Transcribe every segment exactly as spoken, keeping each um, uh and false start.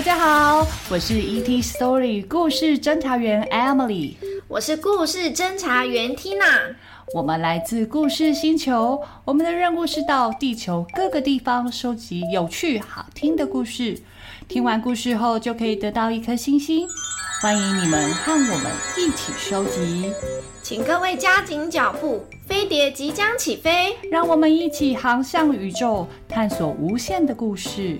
家好，我是 E T Story 故事侦查员 Emily， 我是故事侦查员 Tina。 我们来自故事星球，我们的任务是到地球各个地方收集有趣好听的故事。听完故事后就可以得到一颗星星，欢迎你们和我们一起收集。 请各位加紧脚步，飞碟即将起飞， 让我们一起航向宇宙，探索无限的故事。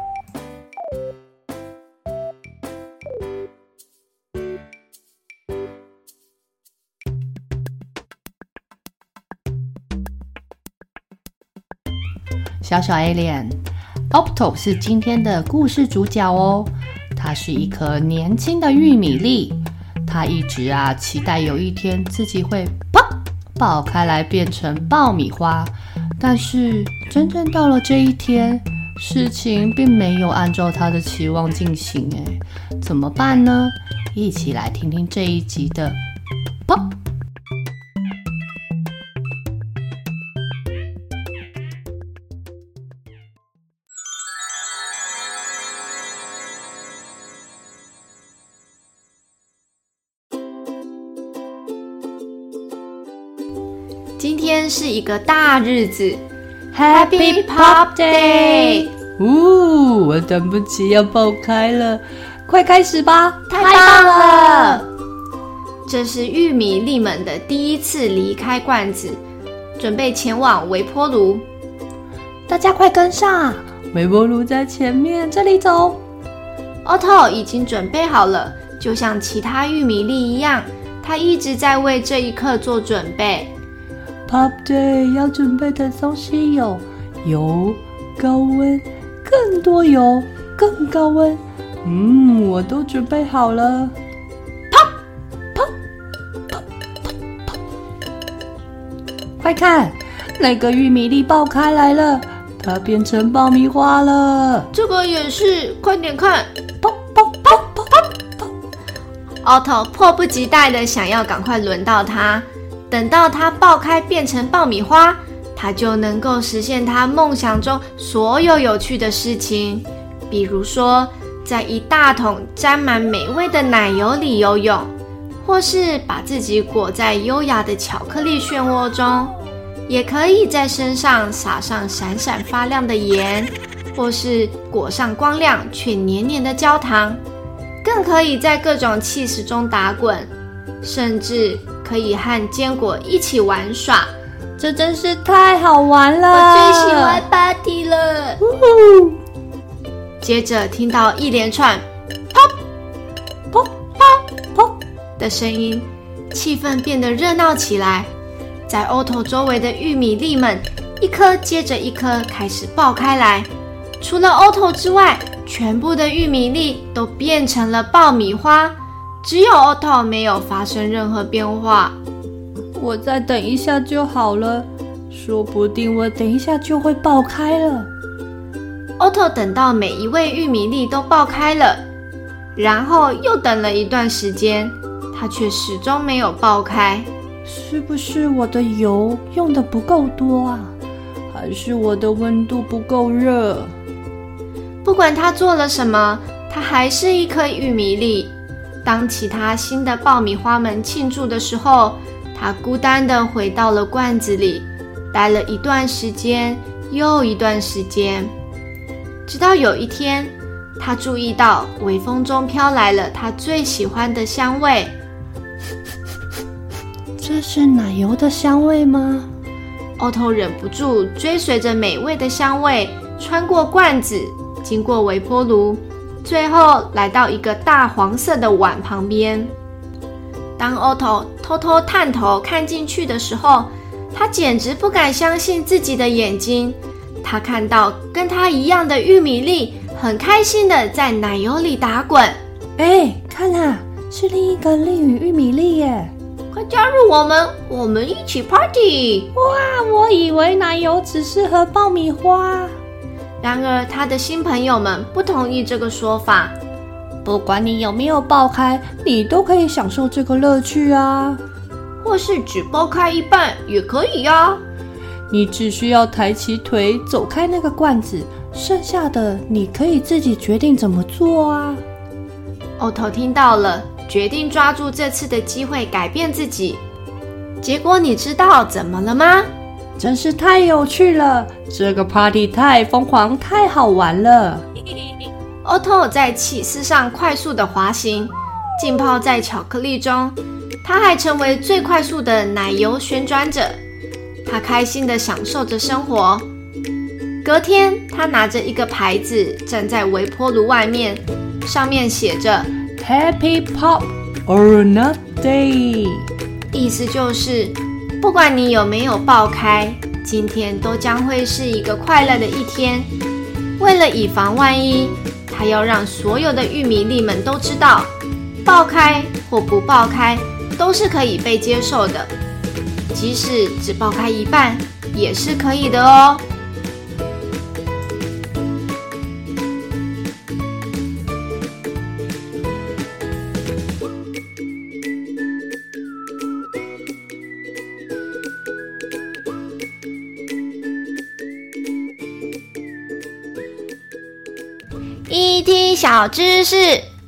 小小 Alien Otto 是今天的故事主角哦，它是一颗年轻的玉米粒，它一直啊期待有一天自己会砰爆开来变成爆米花，但是真正到了这一天，事情并没有按照他的期望进行，哎，怎么办呢？一起来听听这一集的砰。 今天是一个大日子 Happy Pop Day！ 呜，我等不及要爆开了，快开始吧！ 太棒了！这是玉米粒们的第一次离开罐子，准备前往微波炉。 大家快跟上，微波炉在前面，这里走。 Otto 已经准备好了，就像其他玉米粒一样，他一直在为这一刻做准备。 Pop Day 要准备的东西有油、高温、更多油、更高温。嗯，我都准备好了。Pop Pop Pop Pop Pop！ 快看，那个玉米粒爆开来了，它变成爆米花了。 这个也是，快点看！ Pop Pop Pop Pop Pop！ Otto 迫不及待的想要赶快轮到它。等到它爆开变成爆米花，它就能够实现它梦想中所有有趣的事情，比如说在一大桶沾满美味的奶油里游泳，或是把自己裹在优雅的巧克力漩涡中，也可以在身上撒上闪闪发亮的盐，或是裹上光亮却黏黏的焦糖，更可以在各种起司中打滚，甚至可以和坚果一起玩耍， 这真是太好玩了！ 我最喜欢 party 了。接着听到一连串 pop pop pop pop 的声音，气氛变得热闹起来。在 Otto 周围的玉米粒们，一颗接着一颗开始爆开来。除了 Otto 之外，全部的玉米粒都变成了爆米花。只有 Otto 没有发生任何变化。 我再等一下就好了，说不定我等一下就会爆开了。 Otto 等到每一位玉米粒都爆开了，然后又等了一段时间，它却始终没有爆开。 是不是我的油用的不够多啊？还是我的温度不够热？ 不管他做了什么，它还是一颗玉米粒。当其他新的爆米花们庆祝的时候，他孤单地回到了罐子里，待了一段时间又一段时间，直到有一天，他注意到微风中飘来了他最喜欢的香味。 这是奶油的香味吗？ Otto 忍不住追随着美味的香味，穿过罐子，经过微波炉，最后来到一个大黄色的碗旁边。当 Otto 偷偷探头看进去的时候，他简直不敢相信自己的眼睛。他看到跟他一样的玉米粒很开心的在奶油里打滚。 哎，看啊，是另一个粒羽玉米粒耶！ 快加入我们，我们一起 party！ 哇，我以为奶油只适合爆米花。 然而他的新朋友们不同意这个说法。 不管你有没有爆开，你都可以享受这个乐趣啊。 或是只爆开一半也可以啊。 你只需要抬起腿，走开那个罐子， 剩下的你可以自己决定怎么做啊。 Otto 听到了，决定抓住这次的机会改变自己。结果你知道怎么了吗？ 真是太有趣了，这个 party 太疯狂，太好玩了。 Otto 在起司上快速的滑行，浸泡在巧克力中，他还成为最快速的奶油旋转者。他开心的享受着生活。隔天，他拿着一个牌子站在微波炉外面，上面写着 Happy Pop or Not Day， 意思就是不管你有没有爆开，今天都将会是一个快乐的一天。为了以防万一，他要让所有的玉米粒们都知道，爆开或不爆开都是可以被接受的，即使只爆开一半也是可以的哦。E T 小知识，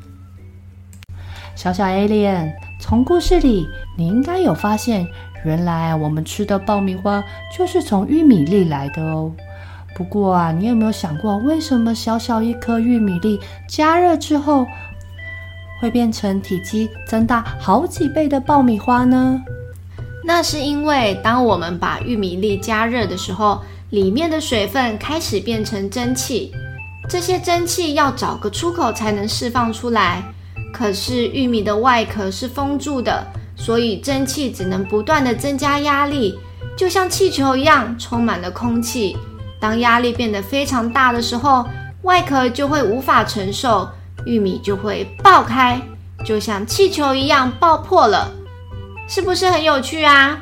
小小 Alien， 从故事里你应该有发现，原来我们吃的爆米花就是从玉米粒来的哦。不过啊，你有没有想过，为什么小小一颗玉米粒加热之后会变成体积增大好几倍的爆米花呢？ 那是因为当我们把玉米粒加热的时候，里面的水分开始变成蒸汽。这些蒸汽要找个出口才能释放出来，可是玉米的外壳是封住的，所以蒸汽只能不断的增加压力，就像气球一样充满了空气。当压力变得非常大的时候，外壳就会无法承受，玉米就会爆开，就像气球一样爆破了。是不是很有趣啊？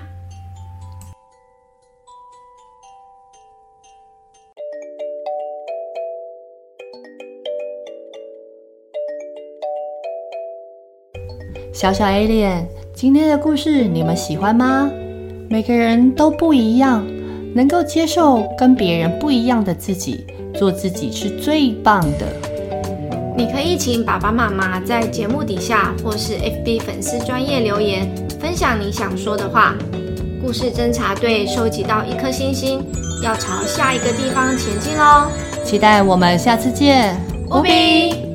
小小 Alien， 今天的故事你们喜欢吗？每个人都不一样，能够接受跟别人不一样的自己，做自己是最棒的。 你可以请爸爸妈妈在节目底下或是 F B 粉丝专页留言，分享你想说的话。故事侦查队收集到一颗星星，要朝下一个地方前进咯。 期待我们下次见， 乌比。